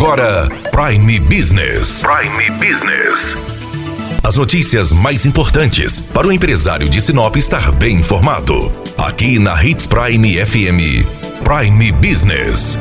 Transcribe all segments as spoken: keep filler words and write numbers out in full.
agora, Prime Business. Prime Business. As notícias mais importantes para o empresário de Sinop estar bem informado. Aqui na Hits Prime F M. Prime Business.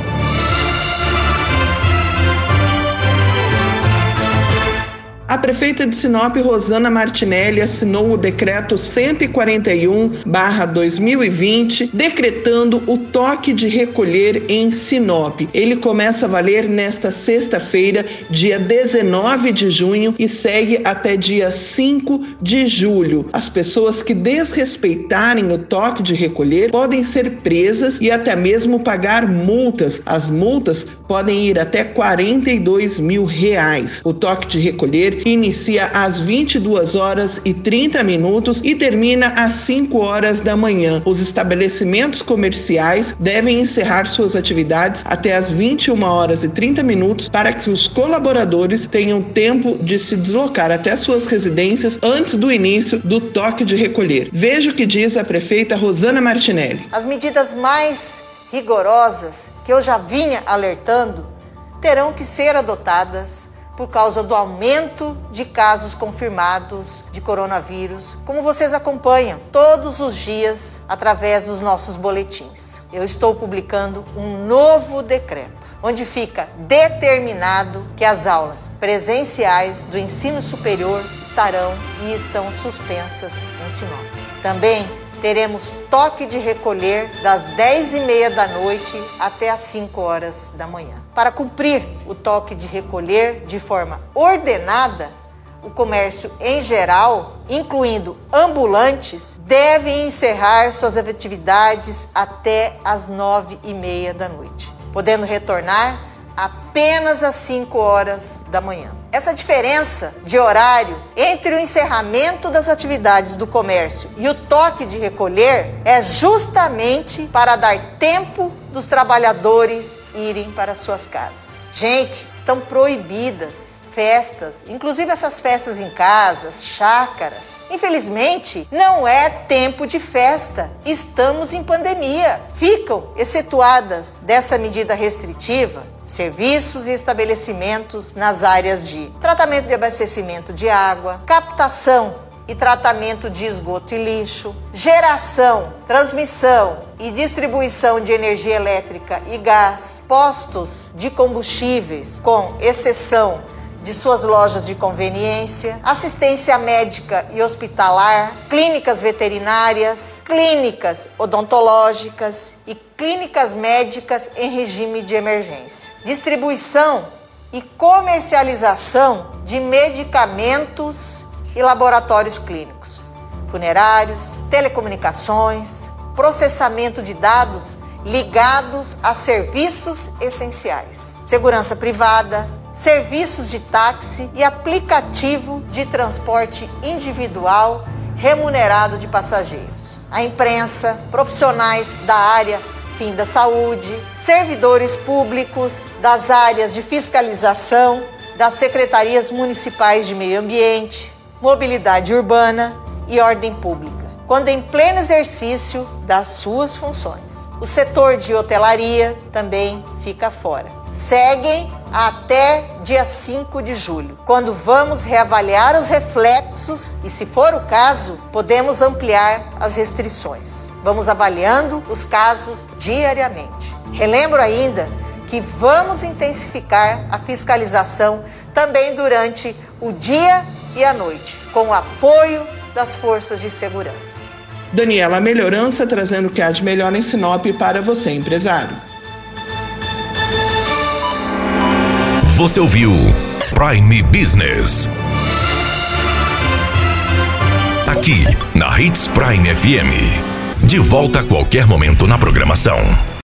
A prefeita de Sinop, Rosana Martinelli, assinou o decreto cento e quarenta e um barra dois mil e vinte, decretando o toque de recolher em Sinop. Ele começa a valer nesta sexta-feira, dia dezenove de junho, e segue até dia cinco de julho. As pessoas que desrespeitarem o toque de recolher podem ser presas e até mesmo pagar multas. As multas podem ir até quarenta e dois mil reais. O toque de recolher inicia às vinte e duas horas e trinta minutos e termina às cinco horas da manhã. Os estabelecimentos comerciais devem encerrar suas atividades até às vinte e uma horas e trinta minutos para que os colaboradores tenham tempo de se deslocar até suas residências antes do início do toque de recolher. Veja o que diz a prefeita Rosana Martinelli. As medidas mais rigorosas que eu já vinha alertando terão que ser adotadas por causa do aumento de casos confirmados de coronavírus, como vocês acompanham todos os dias através dos nossos boletins. Eu estou publicando um novo decreto, onde fica determinado que as aulas presenciais do ensino superior estarão e estão suspensas em Sinop. Também teremos toque de recolher das dez e meia da noite até as cinco horas da manhã. Para cumprir o toque de recolher de forma ordenada, o comércio em geral, incluindo ambulantes, deve encerrar suas atividades até as nove e meia da noite, podendo retornar apenas às cinco horas da manhã. Essa diferença de horário entre o encerramento das atividades do comércio e o toque de recolher é justamente para dar tempo dos trabalhadores irem para suas casas. Gente, estão proibidas festas, inclusive essas festas em casas, chácaras. Infelizmente, não é tempo de festa. Estamos em pandemia. Ficam excetuadas dessa medida restritiva serviços e estabelecimentos nas áreas de tratamento de abastecimento de água, captação e tratamento de esgoto e lixo, geração, transmissão e distribuição de energia elétrica e gás, postos de combustíveis, com exceção de suas lojas de conveniência, assistência médica e hospitalar, clínicas veterinárias, clínicas odontológicas e clínicas médicas em regime de emergência, distribuição e comercialização de medicamentos e laboratórios clínicos, funerários, telecomunicações, processamento de dados ligados a serviços essenciais, segurança privada, serviços de táxi e aplicativo de transporte individual remunerado de passageiros. A imprensa, profissionais da área fim da saúde, servidores públicos das áreas de fiscalização, das secretarias municipais de meio ambiente, mobilidade urbana e ordem pública, quando em pleno exercício das suas funções. O setor de hotelaria também fica fora. Seguem até dia cinco de julho, quando vamos reavaliar os reflexos e, se for o caso, podemos ampliar as restrições. Vamos avaliando os casos diariamente. Relembro ainda que vamos intensificar a fiscalização também durante o dia e a noite, com o apoio das forças de segurança. Daniela Melhorança trazendo o que há de melhor em Sinop para você, empresário. Você ouviu Prime Business. Aqui na Hits Prime F M. De volta a qualquer momento na programação.